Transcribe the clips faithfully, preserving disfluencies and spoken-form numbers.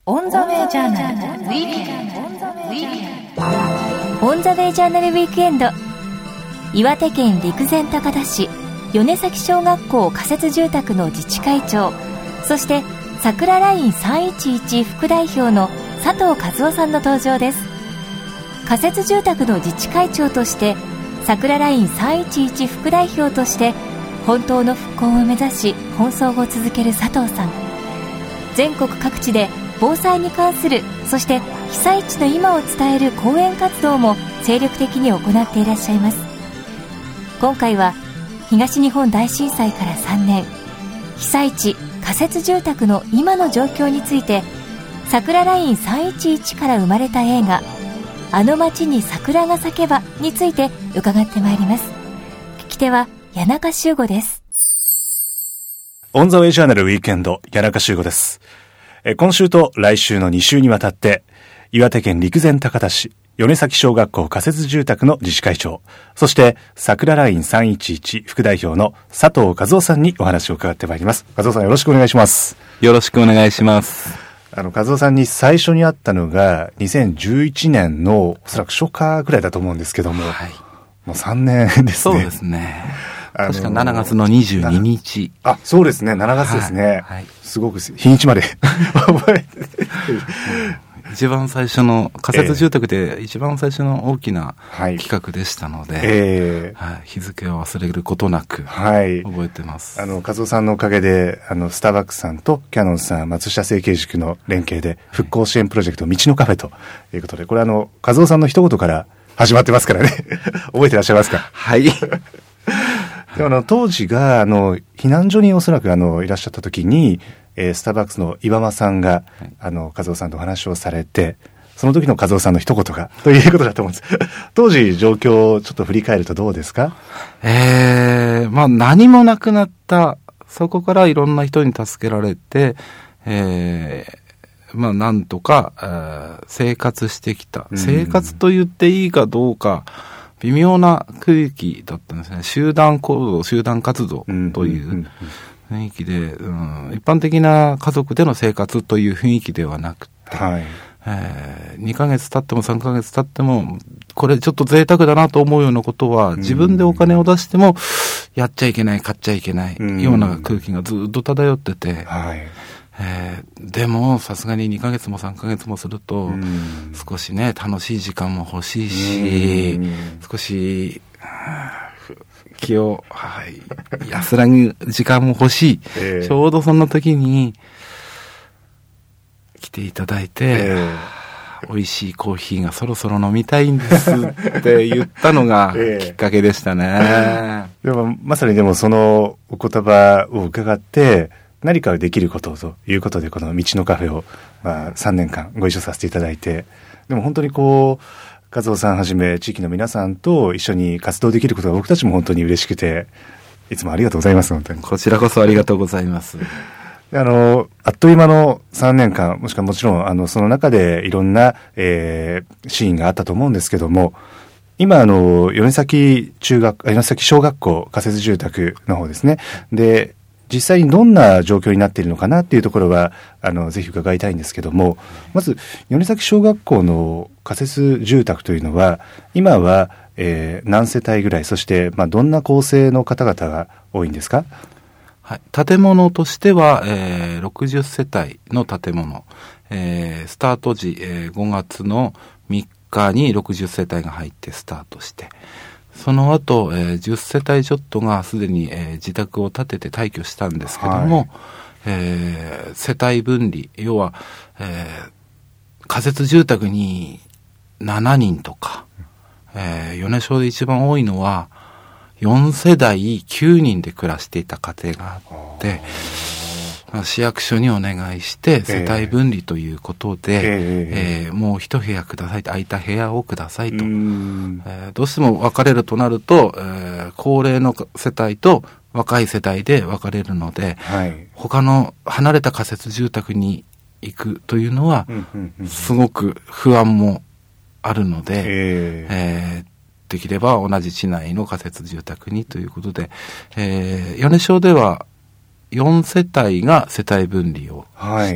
オンザウェイジャーナルウィークエンド。オンザウェイジャーナルウィークエンド。岩手県陸前高田市米崎小学校仮設住宅の自治会長、そして桜ラインさんいちいち副代表の佐藤和夫さんの登場です。仮設住宅の自治会長として、桜ラインさんいちいち副代表として本当の復興を目指し奔走を続ける佐藤さん。全国各地で防災に関する、そして被災地の今を伝える講演活動も精力的に行っていらっしゃいます。今回は東日本大震災からさんねん、被災地仮設住宅の今の状況について、桜ラインさんいちいちから生まれた映画あの街に桜が咲けばについて伺ってまいります。聞き手は谷中修吾です。 オンザウェイジャーナルウィークエンド、谷中修吾です。え今週と来週のに週にわたって、岩手県陸前高田市米崎小学校仮設住宅の自治会長、そして桜ラインさんいちいち副代表の佐藤和夫さんにお話を伺ってまいります。和夫さん、よろしくお願いします。 よろしくお願いします。 あの和夫さんに最初に会ったのがにせんじゅういちねんのおそらく初夏ぐらいだと思うんですけども、はい、もうさんねんですね。そうですね。 確かしなながつのにじゅうににち。 あ、そうですね。しちがつですね。はいはい、すごく日にちまで覚えて一番最初の仮設住宅で一番最初の大きな企画でしたので、はいえーはい、日付を忘れることなく覚えてます。 はい、あの和夫さんのおかげであのスターバックスさんとキヤノンさん、松下政経塾の連携で復興支援プロジェクト道のカフェということで、これあの和夫さんの一言から始まってますからね覚えてらっしゃいますか？ はいでもあの当時があの避難所におそらくあのいらっしゃった時に、えー、スターバックスの岩間さんが、はい、あの和夫さんとお話をされて、その時の和夫さんの一言がということだと思うんです当時状況をちょっと振り返るとどうですか？ えー、まあ何もなくなった、そこからいろんな人に助けられて、えー、まあなんとか、えー、生活してきた。生活と言っていいかどうか微妙な区域だったんですね。集団行動、集団活動という雰囲気で、うん、一般的な家族での生活という雰囲気ではなくて、はいえー、にかげつ経ってもさんかげつ経ってもこれちょっと贅沢だなと思うようなことは自分でお金を出してもやっちゃいけない、買っちゃいけないような空気がずっと漂ってて、はいえー、でもさすがににかげつもさんかげつもすると少しね楽しい時間も欲しいし、少し気を、はい、安らぐ時間も欲しい、えー、ちょうどそんな時に来ていただいて、えー、美味しいコーヒーがそろそろ飲みたいんですって言ったのがきっかけでしたね、 えー、でもまさにでもそのお言葉を伺って何かできることということでこの道のカフェを、まあ、さんねんかんご一緒させていただいて、でも本当にこう和夫さんはじめ地域の皆さんと一緒に活動できることが僕たちも本当に嬉しくて、いつもありがとうございます。本当にこちらこそありがとうございます。 あのあっという間のさんねんかん、もしくはもちろんあのその中でいろんな、えー、シーンがあったと思うんですけども、今あの米崎中学米崎小学校仮設住宅の方ですねで実際にどんな状況になっているのかなっていうところはあのぜひ伺いたいんですけども、まず米崎小学校の仮設住宅というのは今は、えー、何世帯ぐらい、そして、まあ、どんな構成の方々が多いんですか？ はい、建物としては、えー、ろくじゅっせたいの建物、えー、スタート時、えー、ごがつのみっかにろくじゅっせたいが入ってスタートして、その後、えー、じゅっせたいちょっとがすでに、えー、自宅を建てて退去したんですけども、はいえー、世帯分離、要は、えー、仮設住宅にしちにんとか、えー、米小で一番多いのはよんせだいきゅうにんで暮らしていた家庭があって、まあ、市役所にお願いして世帯分離ということで、えーえー、もう一部屋くださいと、空いた部屋をくださいと、えー、どうしても別れるとなると、えー、高齢の世帯と若い世帯で分かれるので、はい、他の離れた仮設住宅に行くというのはすごく不安もあるので、えーえーできれば同じ市内の仮設住宅にということで、えー、米小ではよんせたいが世帯分離をして、はい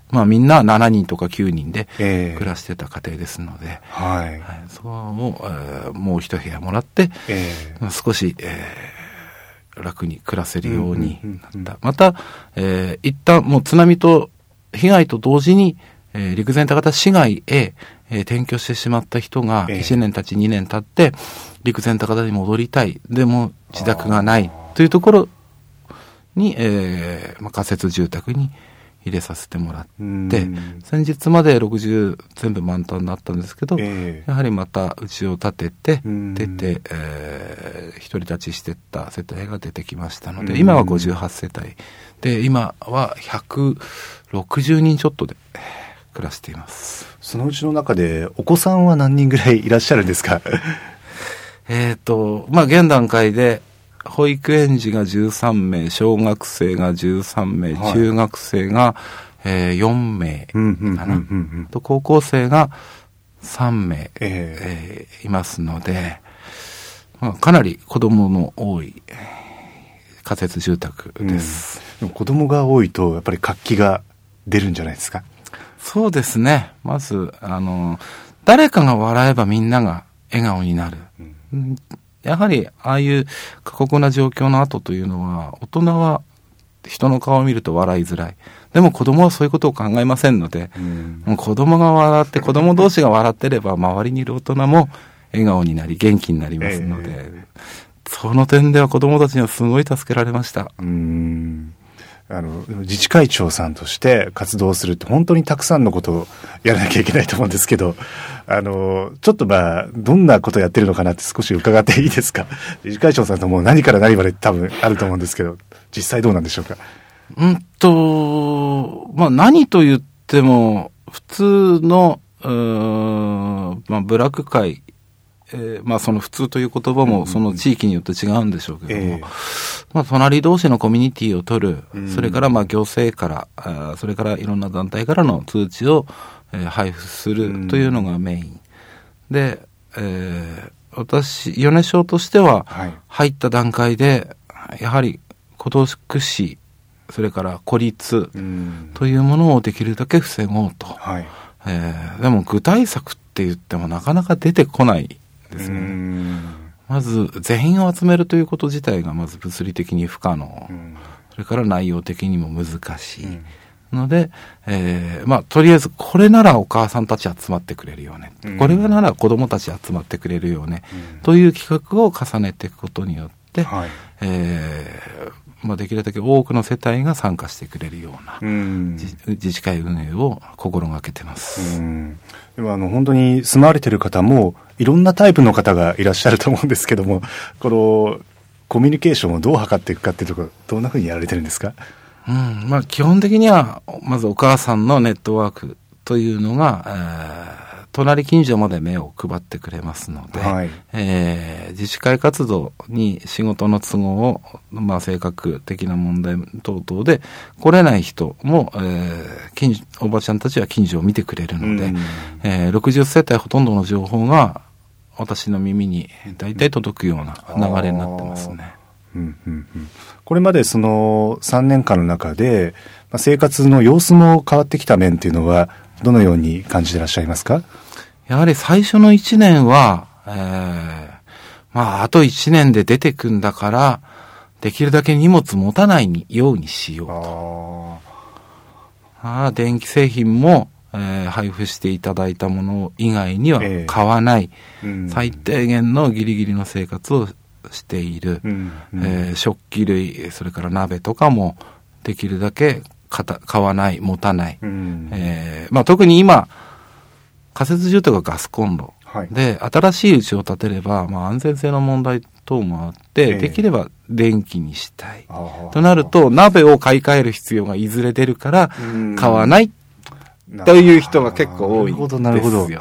まあみんなしちにんとかきゅうにんでえー暮らしてた家庭ですので、 はい。 はい、そこを、えーもう一部屋もらって、 えまあ少し、えー楽に暮らせるようになった。 うんうんうんうんまた、えー一旦もう津波と被害と同時に、えー陸前高田市街へ、えー転居してしまった人がええいちねん経ちにねん経って陸前高田に戻りたい。でも自宅がないというところに、えーまあ、仮設住宅に入れさせてもらって、 うん先日までろくじゅう全部満タンになったんですけど、 ええやはりまた家を建てて、 うん出て、えー、独り立ちしてった世帯が出てきましたので、 うん今はごじゅうはち世帯で、今はひゃくろくじゅうにんちょっとでえー暮らしています。 そのうちの中でお子さんは何人ぐらいいらっしゃるんですか？ えっと、まあ、現段階で、保育園児がじゅうさんめい、小学生がじゅうさんめい、 はい中学生が、えー、よんめいかうんうんうんな。 うんうんと高校生がさんめい、 ええーいますので、まあ、かなり子供の多いえー仮設住宅です。 うんでも子供が多いとやっぱり活気が出るんじゃないですか？ そうですね。まず、あの、誰かが笑えばみんなが笑顔になる。うんやはり、ああいう過酷な状況の後というのは、大人は人の顔を見ると笑いづらい。でも子供はそういうことを考えませんので、 うんもう子供が笑って、子供同士が笑ってれば、周りにいる大人も笑顔になり、元気になりますので、 えその点では子供たちにはすごい助けられました。 うーんあの自治会長さんとして活動するって本当にたくさんのことをやらなきゃいけないと思うんですけど、あのちょっとまあどんなことをやってるのかなって少し伺っていいですか？自治会長さんともう何から何まで多分あると思うんですけど、実際どうなんでしょうか？ うんと、まあ何と言っても、普通の、うーんまあブラック会、えーまあその普通という言葉もその地域によって違うんでしょうけども、 ええまあ隣同士のコミュニティを取る、 うんそれからまあ行政から、あーそれからいろんな団体からの通知を、えー配布するというのがメイン。で、えー私、米省としてははい入った段階で、やはり孤独死、それから孤立うんというものをできるだけ防ごうと。 はいえーでも具体策って言ってもなかなか出てこないですうね。 んまず全員を集めるということ自体がまず物理的に不可能。 うんそれから内容的にも難しい。 うんので、えーまあ、とりあえずこれならお母さんたち集まってくれるよね。 うんこれなら子供たち集まってくれるよね。 うんという企画を重ねていくことによって、 はいえーまあ、できるだけ多くの世帯が参加してくれるような、 うん自自治会運営を心がけてます。 うんでもあの本当に住まわれてる方もいろんなタイプの方がいらっしゃると思うんですけども、このコミュニケーションをどう図っていくかっていうところ、どんなふうにやられてるんですか？ うん、まあ基本的にはまずお母さんのネットワークというのが、えー隣近所まで目を配ってくれますので、 はいえー自治会活動に仕事の都合を、まあ、性格的な問題等々で来れない人も、えー近所おばちゃんたちは近所を見てくれるので、 うんえーろくじゅっ世帯ほとんどの情報が私の耳に大体届くような流れになってますね。 うんうんうんこれまでそのさんねんかんの中で、まあ、生活の様子も変わってきた面っていうのはどのように感じてらっしゃいますか？ やはり最初のいちねんは、えー、まあ、あといちねんで出てくんだから、できるだけ荷物持たないようにしようと。ああ、電気製品も、えー配布していただいたもの以外にはええ買わない、 うん最低限のギリギリの生活をしている、 うんうんえー食器類、それから鍋とかもできるだけ買た買わない、持たない。 うんえーまあ、特に今、仮設住宅がガスコンロ、 はいで新しい家を建てれば、まあ、安全性の問題等もあって、 ええできれば電気にしたいあーとなると鍋を買い替える必要がいずれ出るからうん買わないという人が結構多いんですよ。 なるほどなるほど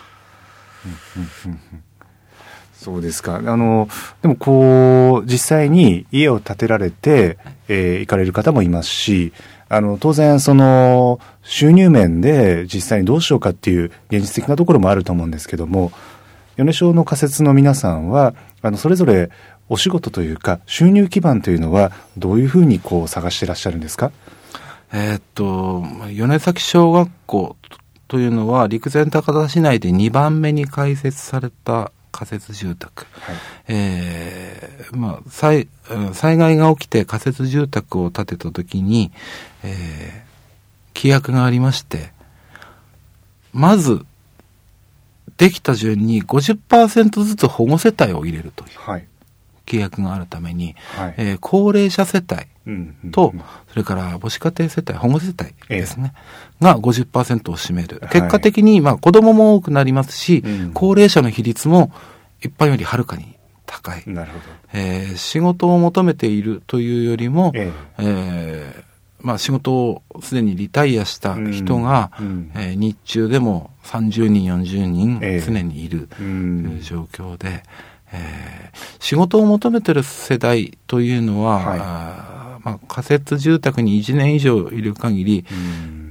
そうですか。あのでもこう実際に家を建てられて、えー行かれる方もいますし、あの当然その収入面で実際にどうしようかっていう現実的なところもあると思うんですけども、米省の仮設の皆さんはあのそれぞれお仕事というか収入基盤というのはどういうふうにこう探してらっしゃるんですか？ えーっと、米崎小学校というのは陸前高田市内でにばんめに開設された仮設住宅。はい、えー、まあ、災、災害が起きて仮設住宅を建てたときに、えー、規約がありまして、まず、できた順に ごじゅっパーセント ずつ保護世帯を入れるという規約があるために、はい、えー、高齢者世帯と、うんうんうん、それから母子家庭世帯、保護世帯ですね、えー、が ごじゅっパーセント を占める。結果的に、まあ、子供も多くなりますし、はい、高齢者の比率も一般よりはるかに高い。なるほど。えー、仕事を求めているというよりも、えーえーまあ、仕事をすでにリタイアした人が、うんうんえー、日中でもさんじゅうにんよんじゅうにん常にいる、えーうん、状況で、えー、仕事を求めている世代というのは、はいあまあ、仮設住宅にいちねん以上いる限り、うん、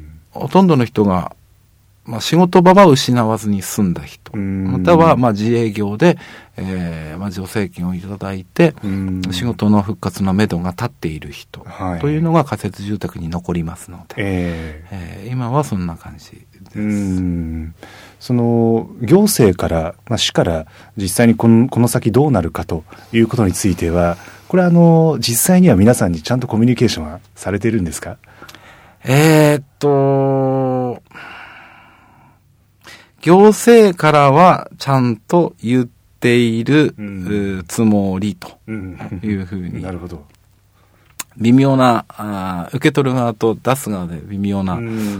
ほとんどの人が、まあ、仕事場は失わずに済んだ人、うん、またはまあ自営業で、えーまあ、助成金をいただいて、うん、仕事の復活のめどが立っている人、はい、というのが仮設住宅に残りますので、えーえー、今はそんな感じです。 うんその行政から、まあ、市から実際にこの、この先どうなるかということについては、これはあの実際には皆さんにちゃんとコミュニケーションはされているんですか？ えー、っと行政からはちゃんと言っている、うん、つもりというふうに、なるほど。微妙なあ受け取る側と出す側で微妙な、うん、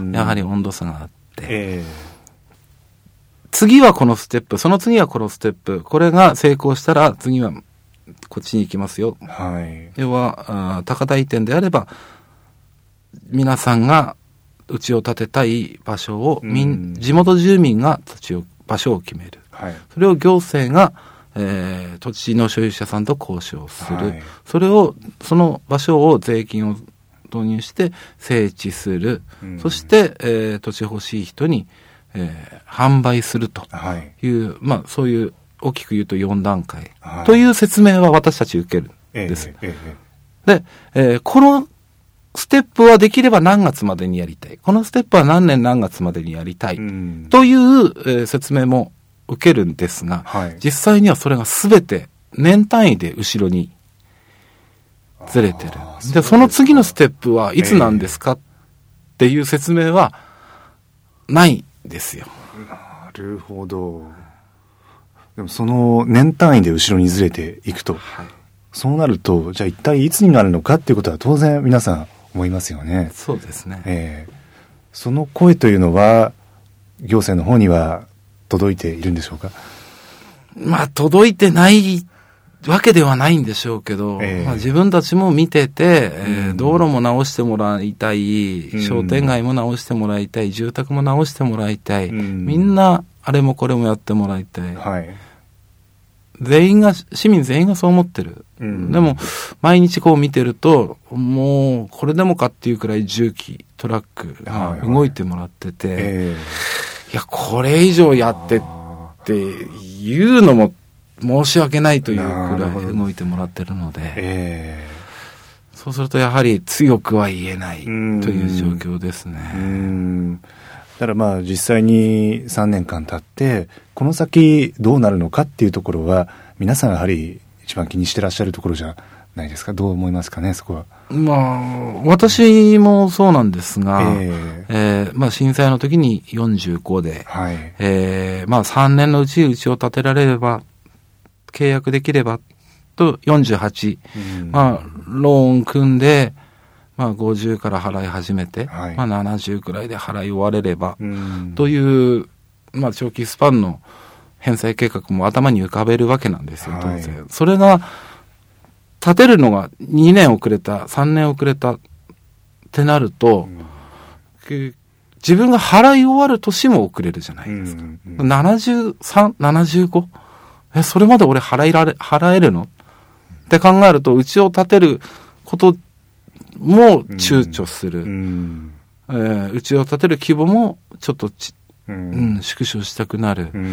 やはり温度差があって、えー、次はこのステップ、その次はこのステップ、これが成功したら次はこっちに行きますよ。はい、要は高台移転であれば皆さんが家を建てたい場所を、うん、地元住民が土地を場所を決める、はい、それを行政が、えー、土地の所有者さんと交渉する、はい、それをその場所を税金を導入して整地する、うん、そして、えー、土地欲しい人に、えー、販売するという、はい、まあそういう大きく言うとよん段階、はい、という説明は私たち受けるんです、えーえー、で、えー、このステップはできれば何月までにやりたい。このステップは何年何月までにやりたい。うん、という、えー、説明も受けるんですが、はい、実際にはそれが全て年単位で後ろにずれてる。で、その次のステップはいつなんですか、えー、っていう説明はないんですよ。 なるほど。でもその年単位で後ろにずれていくと、はい、そうなると、じゃあ一体いつになるのかっていうことは当然皆さん思いますよね。 そうですね、 えー、その声というのは行政の方には届いているんでしょうか？ まあ届いてないわけではないんでしょうけど、えーまあ、自分たちも見てて、えーうん、道路も直してもらいたい、うん、商店街も直してもらいたい、住宅も直してもらいたい、うん、みんなあれもこれもやってもらいたい、はい、全員が、市民全員がそう思ってる。うん、でも、毎日こう見てると、もう、これでもかっていうくらい重機、トラックが動いてもらってて、はいはいえー、いや、これ以上やってっていうのも申し訳ないというくらい動いてもらってるので、えー、そうするとやはり強くは言えないという状況ですね。 うんうんだからまあ実際にさんねんかん経ってこの先どうなるのかっていうところは皆さんやはり一番気にしてらっしゃるところじゃないですか。どう思いますかね、そこは。 まあ私もそうなんですが、えーえー、まあ震災の時によんじゅうごで、はいえー、まあさんねんのうち家を建てられれば契約できればとよんじゅうはち、うん、まあローン組んでまあごじゅうから払い始めて、はい、まあななじゅうくらいで払い終われれば、という、まあ長期スパンの返済計画も頭に浮かべるわけなんですよ、当然。はい、それが、建てるのがにねん遅れた、さんねん遅れたってなると、うん、自分が払い終わる年も遅れるじゃないですか。うんうん、ななじゅうさん、ななじゅうご? え、それまで俺払いられ、払えるのって考えると、うちを建てることも躊躇する、うんえー、うちを建てる規模もちょっとち、うんうん、縮小したくなる、うん、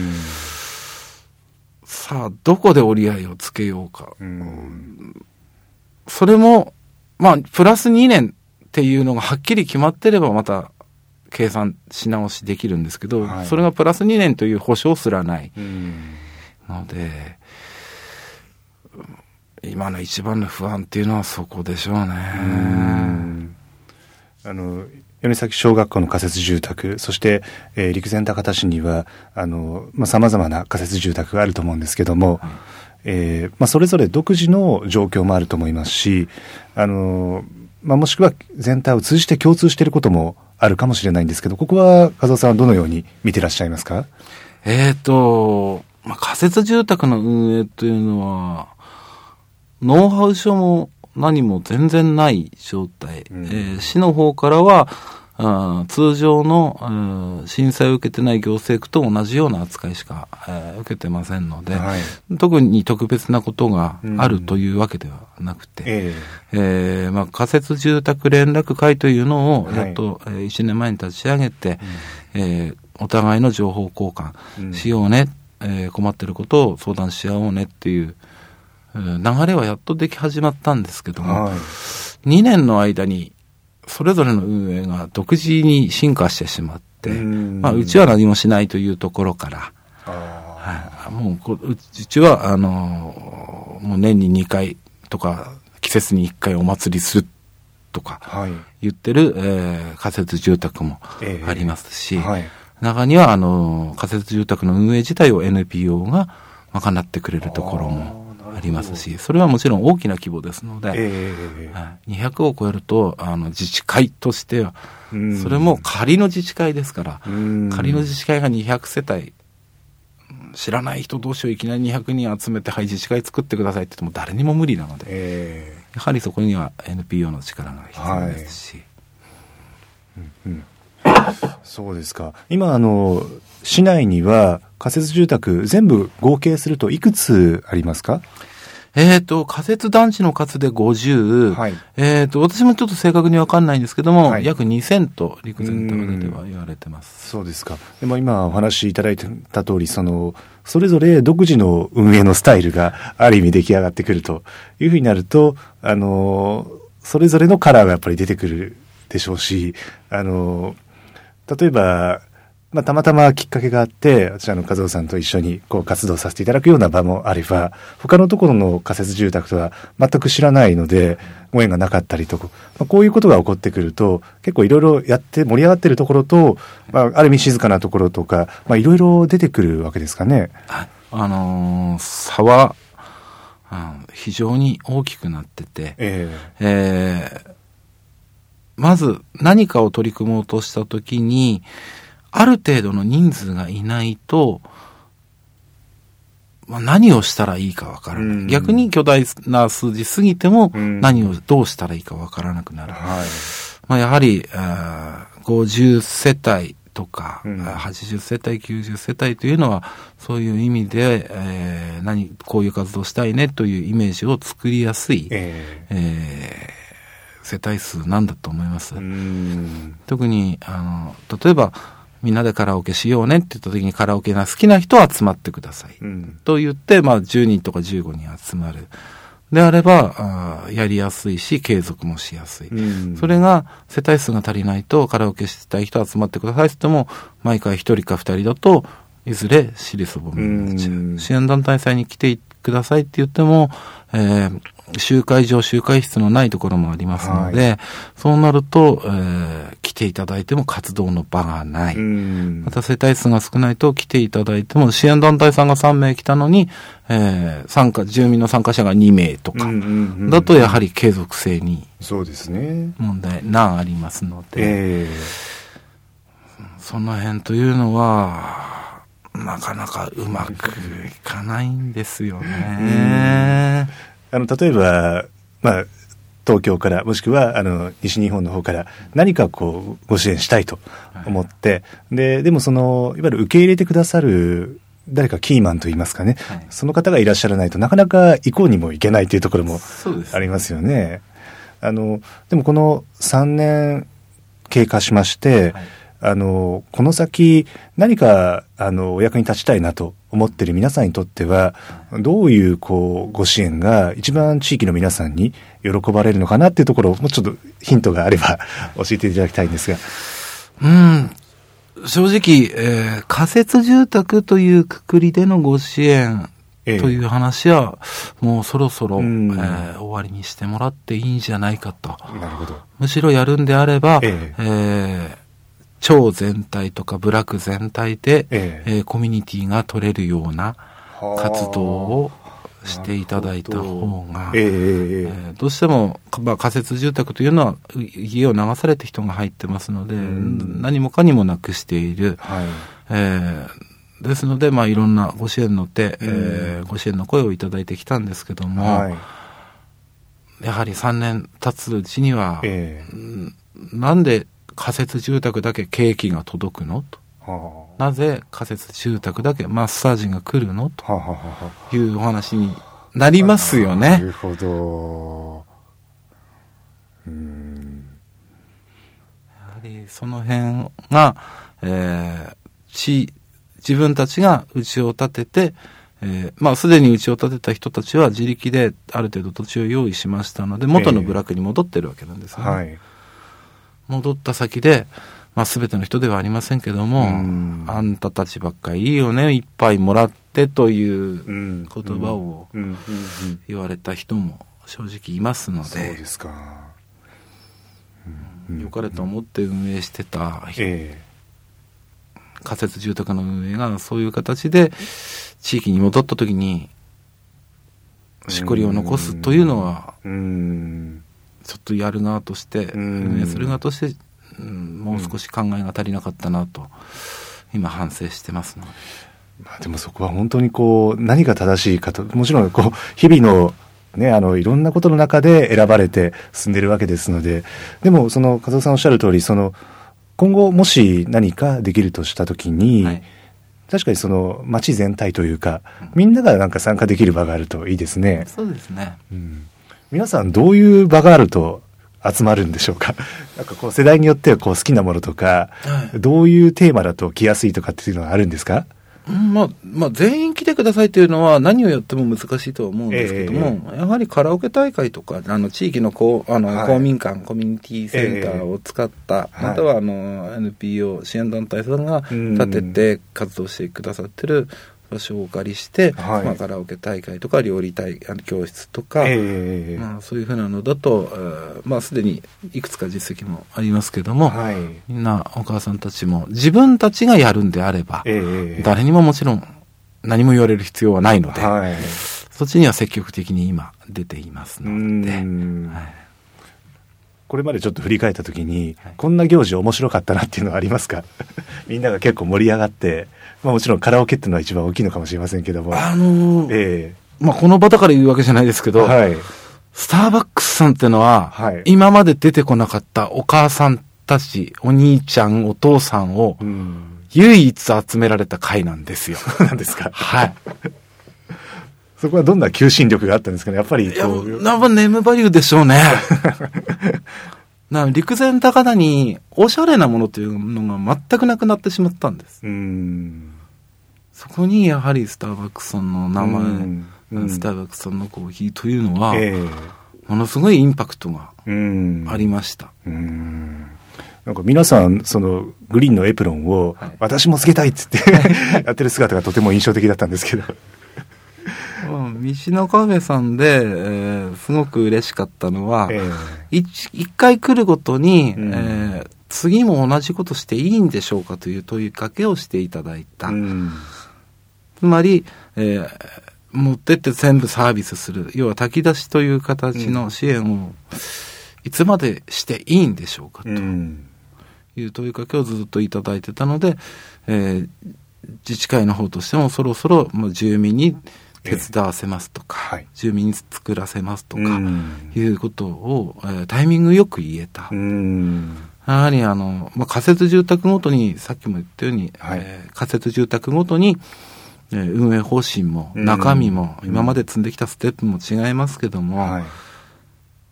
さあどこで折り合いをつけようか、うん、それもまあプラスにねんっっていうのがはっきり決まってればまた計算し直しできるんですけど、はい、それがプラスにねんという保証すらないので、今の一番の不安っていうのはそこでしょうね。 うんあの米崎小学校の仮設住宅、そして、えー、陸前高田市にはあの、まあ、様々な仮設住宅があると思うんですけども、はいえーまあ、それぞれ独自の状況もあると思いますし、あのまあ、もしくは全体を通じて共通していることもあるかもしれないんですけど、ここは和夫さんはどのように見てらっしゃいますか？ えーと、まあ、仮設住宅の運営というのはノウハウ書も何も全然ない状態、うんえー、市の方からはあ通常の、うん、震災を受けてない行政区と同じような扱いしか、えー、受けてませんので、はい、特に特別なことがあるというわけではなくて、うんえーえーまあ、仮設住宅連絡会というのをやっと、はいえー、いちねんまえに立ち上げて、うんえー、お互いの情報交換しようね、うんえー、困っていることを相談し合おうねっていう流れはやっとでき始まったんですけども、はい、にねんの間にそれぞれの運営が独自に進化してしまって、うんまあ、うちは何もしないというところから、はい、もうこうちはあのもう年ににかいとか季節にいっかいお祭りするとか言ってる、はいえー、仮設住宅もありますし、えーはい、中にはあの仮設住宅の運営自体を エヌピーオー が賄ってくれるところもありますし、それはもちろん大きな規模ですので、えーはい、にひゃくを超えるとあの自治会としては、それも仮の自治会ですから、仮の自治会がにひゃくせたい、知らない人同士をいきなりにひゃくにん集めて、はい、自治会作ってくださいって言っても誰にも無理なので、えー、やはりそこには エヌピーオー の力が必要ですし、 はいうんうん、そうですか。今あの市内には仮設住宅全部合計するといくつありますか？ えっ、ー、と、仮設団地の数でごじゅう、はい、えっ、ー、と、私もちょっと正確にわかんないんですけども、はい、約にせんと陸前高田では言われてます。 そうですか。でも今お話しいただいた通り、その、それぞれ独自の運営のスタイルがある意味出来上がってくるというふうになると、あの、それぞれのカラーがやっぱり出てくるでしょうし、あの、例えば、まあ、たまたまきっかけがあって、私あの、和夫さんと一緒にこう活動させていただくような場もあれば、他のところの仮設住宅とは全く知らないので、ご縁がなかったりとか、まあ、こういうことが起こってくると、結構いろいろやって盛り上がってるところと、まあ、ある意味静かなところとか、まあ、いろいろ出てくるわけですかね。 あのー、差は、うん、非常に大きくなってて、えーえー、まず何かを取り組もうとしたときに、ある程度の人数がいないと、まあ、何をしたらいいかわからない。逆に巨大な数字過ぎても何をどうしたらいいかわからなくなる。はい、まあ、やはりごじゅっせたいとか、うん、はちじゅっせたい、きゅうじゅっせたいというのはそういう意味で、えー、何こういう活動したいねというイメージを作りやすい、えーえー、世帯数なんだと思います。うん特にあの例えばみんなでカラオケしようねって言った時にカラオケが好きな人は集まってください、うん、と言って、まあ、じゅうにんとかじゅうごにん集まるであればあやりやすいし継続もしやすい、うん、それが世帯数が足りないとカラオケしたい人集まってくださいって言っても毎回ひとりかふたりだといずれ尻そぼみになっちゃう、うん、支援団体祭に来てくださいって言っても、えー集会場、集会室のないところもありますので、はい、そうなると、えー、来ていただいても活動の場がない。また世帯数が少ないと来ていただいても、支援団体さんがさんめい来たのに、えー、参加、住民の参加者がにめいとか、だとやはり継続性に問題難ありますので、えー、その辺というのは、なかなかうまくいかないんですよね。 あの例えば、まあ、東京からもしくはあの西日本の方から何かこうご支援したいと思って、はい、で, でもそのいわゆる受け入れてくださる誰かキーマンといいますかね、はい、その方がいらっしゃらないとなかなか行こうにも行けないというところもありますよね。あのでもこのさんねん経過しまして、はい、 あのこの先何かあのお役に立ちたいなと思っている皆さんにとってはどういうこうご支援が一番地域の皆さんに喜ばれるのかなっていうところをもうちょっとヒントがあれば教えていただきたいんですが。 うん、正直、えー、仮設住宅というくくりでのご支援という話は、ええ、もうそろそろ、うんえー、終わりにしてもらっていいんじゃないかと。 なるほど。 むしろやるんであれば、 えええー、町全体とか部落全体で、 えええー、コミュニティが取れるような活動をしていただいた方が、 えええー、どうしても、まあ、仮設住宅というのは家を流されて人が入ってますので、うん、何もかにもなくしている。 はいえーですので、まあ、いろんなご支援の手、うんえー、ご支援の声をいただいてきたんですけども、はい、やはりさんねん経つうちには、えー、なんで仮設住宅だけケーキが届くのと、はあ、なぜ仮設住宅だけマッサージが来るのというお話になりますよね。 なるほど。うーんやはりその辺が、えー、地自分たちが家を建てて、えー、まあすでに家を建てた人たちは自力である程度土地を用意しましたので元の部落に戻ってるわけなんですね。 えーはい、 戻った先で、まあ全ての人ではありませんけども、あんたたちばっかりいいよね、いっぱいもらってという言葉を言われた人も正直いますので、そうですか。 うん、良かれと思って運営してた人、えー仮設住宅の運営がそういう形で地域に戻った時にしっくりを残すというのはちょっとやる側として運営する側としてもう少し考えが足りなかったなと今反省してますので、 まあ、でもそこは本当にこう何が正しいかともちろんこう日々のね、あのいろんなことの中で選ばれて進んでるわけですので、でもその和夫さんおっしゃる通りその今後もし何かできるとしたときに、はい、確かにその町全体というか、うん、みんながなんか参加できる場があるといいですね。 そうですね、 うん、皆さんどういう場があると集まるんでしょうか。なんかこう世代によってはこう好きなものとか、はい、どういうテーマだと来やすいとかっていうのはあるんですか。 まあ、まあ、全員来てくださいというのは何をやっても難しいとは思うんですけども、えー、やはりカラオケ大会とか、あの、地域のこう、あの、はい、公民館、コミュニティセンターを使った、えー、またはあの、はい、エヌピーオー 支援団体さんが立てて活動してくださってる場所をお借りして、はい、まあ、カラオケ大会とか料理大あの教室とか、えーまあ、そういうふうなのだと、えー、まあすでにいくつか実績もありますけども、はい、みんなお母さんたちも自分たちがやるんであれば、えー、誰にももちろん何も言われる必要はないので、はい、そっちには積極的に今出ていますので、はい、 これまでちょっと振り返ったときに、はい、こんな行事面白かったなっていうのはありますか。みんなが結構盛り上がって、まあ、もちろんカラオケっていうのは一番大きいのかもしれませんけども、 あのーえーまあ、この場だから言うわけじゃないですけど、はい、スターバックスさんってのは、はい、今まで出てこなかったお母さんたち、お兄ちゃんお父さんを唯一集められた会なんですよ。 なんですか。 はい。 そこはどんな求心力があったんですかね。やっぱりこう、 いや、やっぱネームバリューでしょうね。な陸前高田におしゃれなものというのが全くなくなってしまったんです。うーん、そこにやはりスターバックスさんの名前、うんうん、スターバックスさんのコーヒーというのは、えー、ものすごいインパクトがありました。 うーん、なんか皆さんそのグリーンのエプロンを、はい、私もつけたいって言ってやってる姿がとても印象的だったんですけど。 うん、道のカフェさんで、えー、すごく嬉しかったのは、えー、一, 一回来るごとに、うんえー、次も同じことしていいんでしょうかという問いかけをしていただいた。うん、つまり、えー、持ってって全部サービスする、要は炊き出しという形の支援をいつまでしていいんでしょうかという問いかけをずっといただいてたので、えー、自治会の方としてもそろそろもう住民に手伝わせますとか、えーはい、住民に作らせますとか、いうことを、えー、タイミングよく言えた。うんやはりあの、まあ、仮設住宅ごとに、さっきも言ったように、はいえー、仮設住宅ごとに、えー、運営方針も中身も、今まで積んできたステップも違いますけども、はい、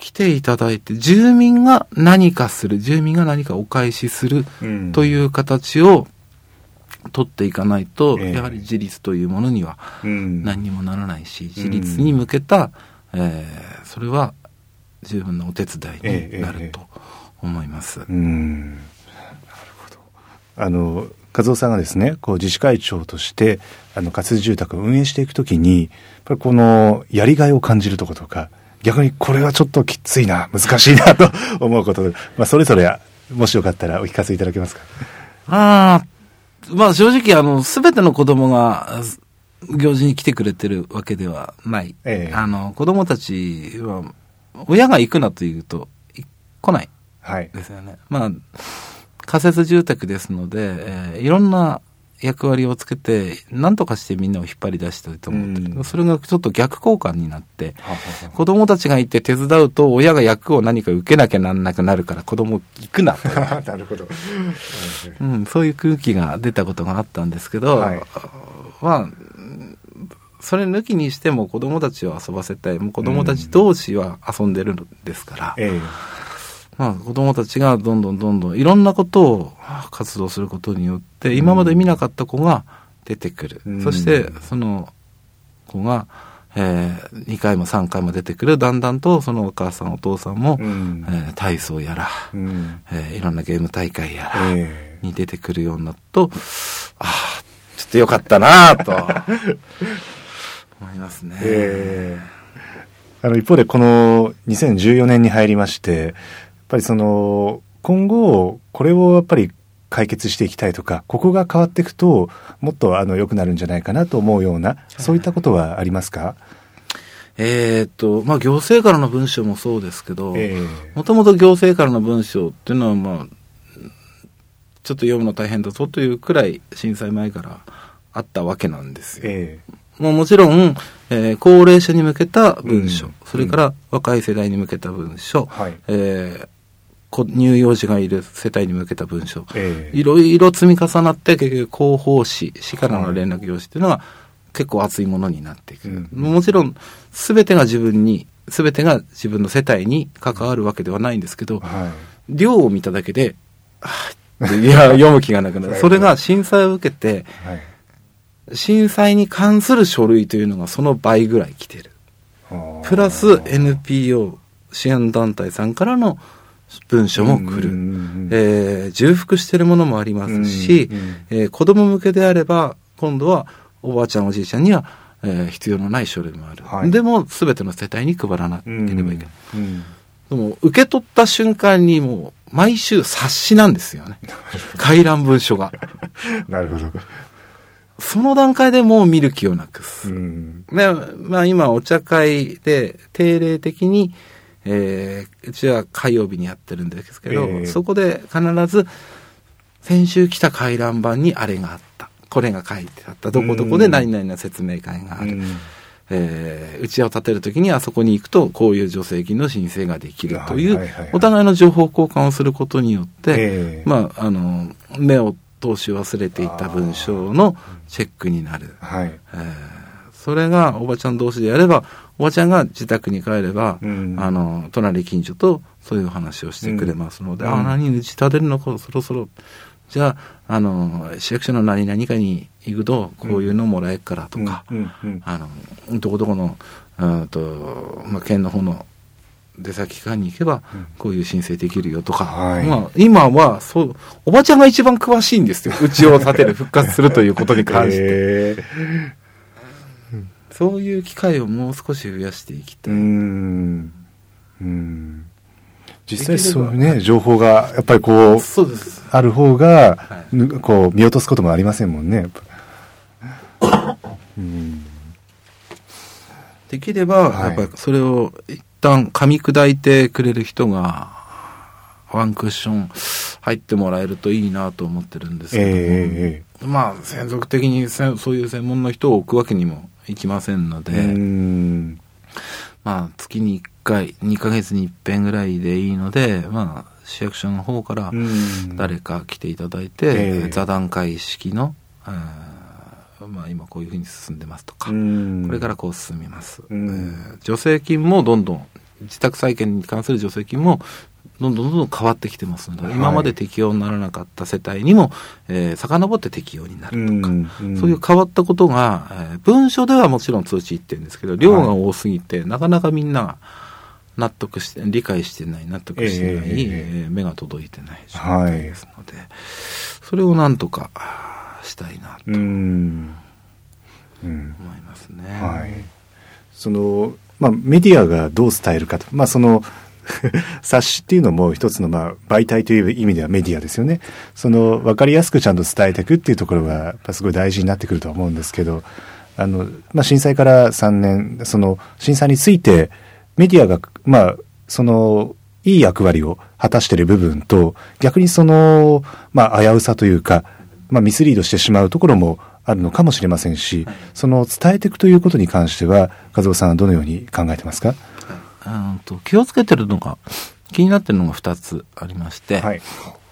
来ていただいて、住民が何かする、住民が何かお返しするという形を取っていかないと、うん、やはり自立というものには何にもならないし、うん、自立に向けた、えー、それは十分なお手伝いになると思います。 えーえーえー、うんなるほど。あの和夫さんがですね、こう自治会長としてあの仮設住宅を運営していくときに、やっぱりこのやりがいを感じるところとか、逆にこれはちょっときついな、難しいなと思うことで、まあ、それぞれもしよかったらお聞かせいただけますか。 ああ、まあ正直あのすべての子供が行事に来てくれてるわけではない。ええ、あの子供たちは親が行くなと言うと来ないですよね。はい、まあ仮設住宅ですので、えー、いろんな役割をつけて何とかしてみんなを引っ張り出したいと思ってる、うん、それがちょっと逆交換になってははは子供たちが行って手伝うと親が役を何か受けなきゃなんなくなるから子供行くななるほど、 うん、そういう空気が出たことがあったんですけど、はい、まあそれ抜きにしても子供たちを遊ばせたい、もう子供たち同士は遊んでるんですから、うんええまあ、子供たちがどんどんどんどんいろんなことを活動することによって今まで見なかった子が出てくる、うん、そしてその子が、えー、にかいもさんかいも出てくる、だんだんとそのお母さんお父さんも、うんえー、体操やら、うんえー、いろんなゲーム大会やらに出てくるようになると、ああちょっとよかったなと思いますね。えー、あの一方でこのにせんじゅうよねんに入りまして、やっぱりその今後これをやっぱり解決していきたいとか、ここが変わっていくともっとあの良くなるんじゃないかなと思うような、そういったことはありますか？ えー、っとまあ行政からの文章もそうですけど、もともと行政からの文章っていうのはまあちょっと読むの大変だぞというくらい震災前からあったわけなんですよ。えー、もうもちろん、えー、高齢者に向けた文書、うん、それから若い世代に向けた文書、うんえー乳幼児がいる世帯に向けた文書、えー、いろいろ積み重なって結局広報誌、市からの連絡用紙というのが結構熱いものになっていく、うん、もちろん全てが自分に全てが自分の世帯に関わるわけではないんですけど、はい、量を見ただけでいや読む気がなくなるそれが震災を受けて、はい、震災に関する書類というのがその倍ぐらい来てる、プラス エヌピーオー 支援団体さんからの文書も来る、うんうんうんえー、重複しているものもありますし、うんうんえー、子供向けであれば今度はおばあちゃんおじいちゃんには、えー、必要のない書類もある、はい、でも全ての世帯に配らなければいけない、うんうん、でも受け取った瞬間にもう毎週冊子なんですよね回覧文書がなるほど。 その段階でもう見る気をなくす、うんでまあ、今お茶会で定例的にえー、うちは火曜日にやってるんですけど、えー、そこで必ず先週来た回覧板にあれがあった、これが書いてあった、どこどこで何々な説明会がある、えー、うちわを立てるときにあそこに行くとこういう助成金の申請ができるという、はいはいはいはい、お互いの情報交換をすることによって、えー、まああの目を通し忘れていた文章のチェックになる、はいえー、それがおばちゃん同士でやればおばちゃんが自宅に帰れば、うん、あの隣近所とそういう話をしてくれますので、うん、あ何に打ち立てるのかそろそろじゃあ、あの市役所の何々かに行くとこういうのもらえるからとか、うんうん、あのどこどこのうんと、まあ、県の方の出先機関に行けばこういう申請できるよとか、はいまあ、今はそうおばちゃんが一番詳しいんですよ、うちを建てる復活するということに関して、えーそういう機会をもう少し増やしていきたい。うーんうーん実際そういうね情報がやっぱりこうそうですある方が、はい、こう見落とすこともありませんもんね。やっぱうんできれば、はい、やっぱりそれを一旦噛み砕いてくれる人がワンクッション入ってもらえるといいなと思ってるんですけども、えー、まあ専属的にそういう専門の人を置くわけにもいきませんので、うんまあ月にいっかいにかげつに一遍ぐらいでいいので、まあ市役所の方から誰か来ていただいて、えー、座談会式の、えー、まあ今こういうふうに進んでますとか、これからこう進みます、えー、助成金もどんどん自宅再建に関する助成金もどんどんどんどん変わってきてますので、はい、今まで適用にならなかった世帯にも、えー、遡って適用になるとか、うんうん、そういう変わったことが、えー、文書ではもちろん通知いってるんですけど、量が多すぎて、はい、なかなかみんなが納得して理解してない納得してない、えーえー、目が届いてない状態ですので、はい、それをなんとかしたいなと思いますね。 はい、そのまあ、メディアがどう伝えるかと、まあ、その冊子っていうのも一つのまあ媒体という意味ではメディアですよね。その分かりやすくちゃんと伝えていくっていうところがやっぱすごい大事になってくるとは思うんですけど、あの、まあ、震災からさんねん、その震災についてメディアがまあそのいい役割を果たしている部分と、逆にそのまあ危うさというか、まあ、ミスリードしてしまうところもあるのかもしれませんし、その伝えていくということに関しては和夫さんはどのように考えてますか？ うんと気をつけてるのが、気になってるのがふたつありまして、はい、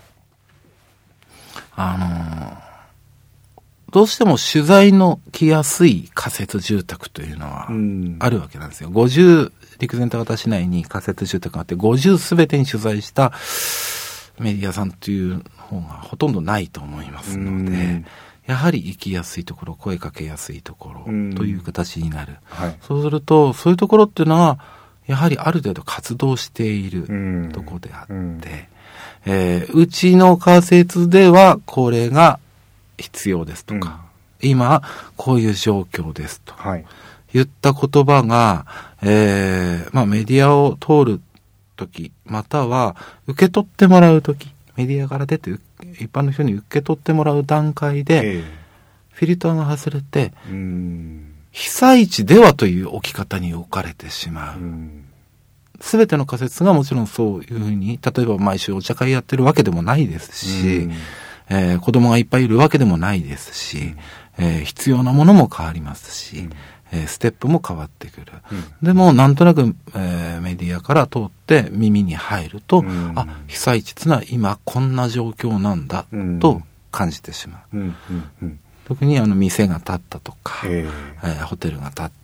あのどうしても取材の来やすい仮設住宅というのはあるわけなんですよ。ごじゅう陸前高田市内に仮設住宅があって、ごじゅうすべてに取材したメディアさんという方がほとんどないと思いますので、やはり行きやすいところ、声かけやすいところという形になる、はい、そうするとそういうところっていうのはやはりある程度活動しているところであって、うん、えー、うちの仮設ではこれが必要ですとか、うん、今こういう状況ですと、はい、言った言葉が、えーまあ、メディアを通るとき、または受け取ってもらうとき、メディアから出て一般の人に受け取ってもらう段階で、えー、フィルターが外れて、うーん、被災地ではという置き方に置かれてしまう。すべての仮説がもちろんそういうふうに、例えば毎週お茶会やってるわけでもないですし、えー、子供がいっぱいいるわけでもないですし、えー、必要なものも変わりますし、えー、ステップも変わってくる。でもなんとなく、えー、メディアから通って耳に入ると、あ、被災地ってのは今こんな状況なんだと感じてしまう。特にあの店が建ったとか、えーえー、ホテルが建った、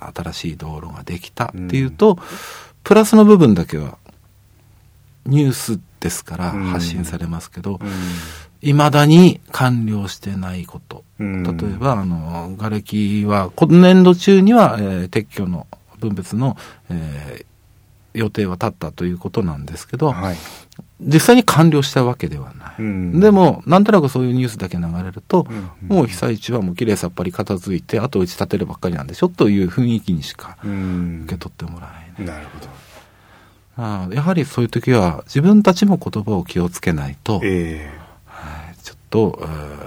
新しい道路ができたっていうと、うん、プラスの部分だけはニュースですから発信されますけど、いま、うん、だに完了してないこと、うん、例えばあの瓦礫は今年度中には、えー、撤去の分別の、えー、予定は立ったということなんですけど、はい、実際に完了したわけではない、うん、でもなんとなくそういうニュースだけ流れると、うんうん、もう被災地はもうきれいさっぱり片付いてあと打ち立てるばっかりなんでしょという雰囲気にしか受け取ってもらえない、うん、なるほど。あやはりそういう時は自分たちも言葉を気をつけないと、えーはい、ちょっと、え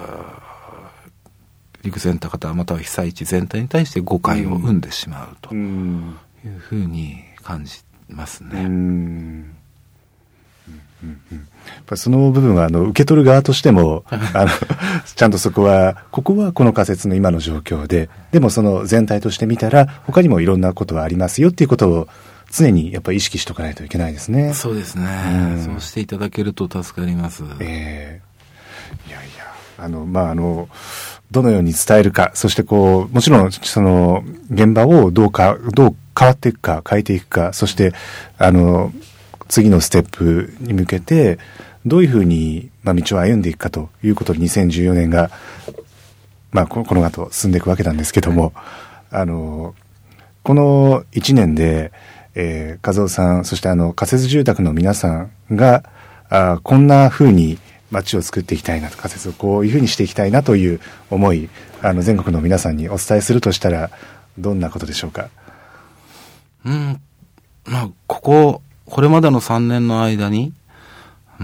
ー、陸前高田または被災地全体に対して誤解を生んでしまうというふうに感じますね。うんうんうんうん、やっぱその部分はあの受け取る側としてもあのちゃんとそこはここはこの仮説の今の状況で、でもその全体として見たら他にもいろんなことはありますよっていうことを常にやっぱり意識しておかないといけないですね。 そうですね、うん、そうしていただけると助かります。 えー、いやいやあのまああのどのように伝えるか、そしてこうもちろんその現場をどうかどう変わっていくか変えていくか、そしてあの次のステップに向けてどういうふうに、まあ、道を歩んでいくかということでにせんじゅうよねんが、まあ、この後進んでいくわけなんですけども、あのこのいちねんで、えー、和夫さんそしてあの仮設住宅の皆さんがあこんなふうに街を作っていきたいなと、仮設をこういうふうにしていきたいなという思い、あの全国の皆さんにお伝えするとしたらどんなことでしょうか。 うんまあこここれまでのさんねんの間に、うん、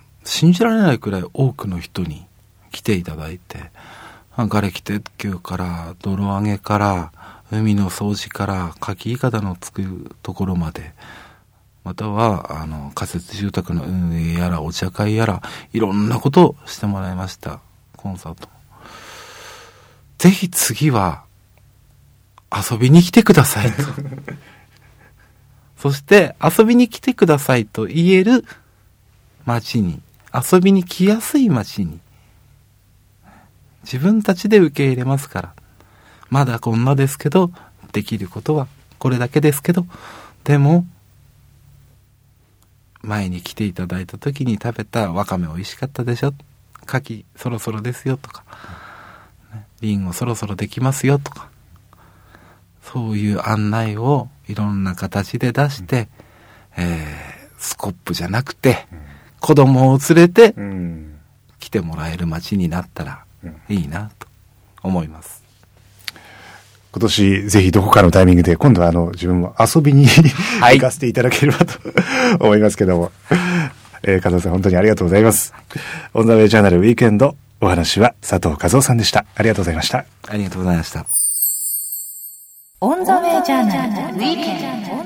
信じられないくらい多くの人に来ていただいて、瓦礫撤去から泥上げから海の掃除からかきいかだの作るところまで、またはあの仮設住宅の運営やらお茶会やらいろんなことをしてもらいました。コンサートぜひ次は遊びに来てくださいとそして遊びに来てくださいと言える街に、遊びに来やすい街に自分たちで受け入れますから、まだこんなですけどできることはこれだけですけど、でも前に来ていただいた時に食べたわかめ美味しかったでしょ、牡蠣そろそろですよとか、ね、リンゴそろそろできますよとか、そういう案内をいろんな形で出して、うん、えー、スコップじゃなくて、うん、子供を連れて来てもらえる街になったらいいなと思います。 今年ぜひどこかのタイミングで今度はあの自分も遊びにはい、行かせていただければと思いますけども、えー、加藤さん本当にありがとうございます。オンザウェイジャーナルウィークエンド、お話は佐藤和夫さんでした。ありがとうございました。 ありがとうございました。 オンザウェイジャーナルウィークエンド、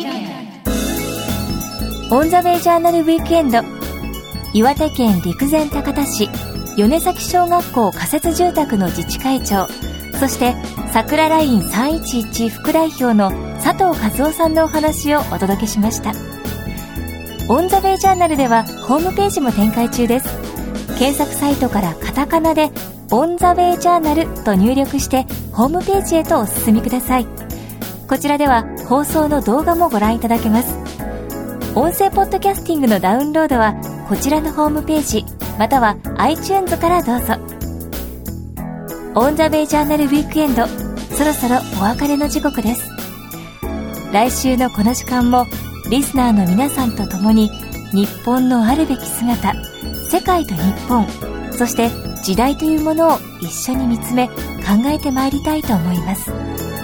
オンザウェイジャーナルウィークエンド、岩手県陸前高田市米崎小学校仮設住宅の自治会長、そして桜ラインさんいちいち副代表の佐藤和夫さんのお話をお届けしました。オンザウェイジャーナルではホームページも展開中です。検索サイトからカタカナでオンザウェイジャーナルと入力してホームページへとお進みください。こちらでは放送の動画もご覧いただけます。音声ポッドキャスティングのダウンロードはこちらのホームページまたは iTunes からどうぞ。オンザウェイジャーナルウィークエンド、そろそろお別れの時刻です。来週のこの時間もリスナーの皆さんと共に日本のあるべき姿、世界と日本、そして時代というものを一緒に見つめ考えてまいりたいと思います。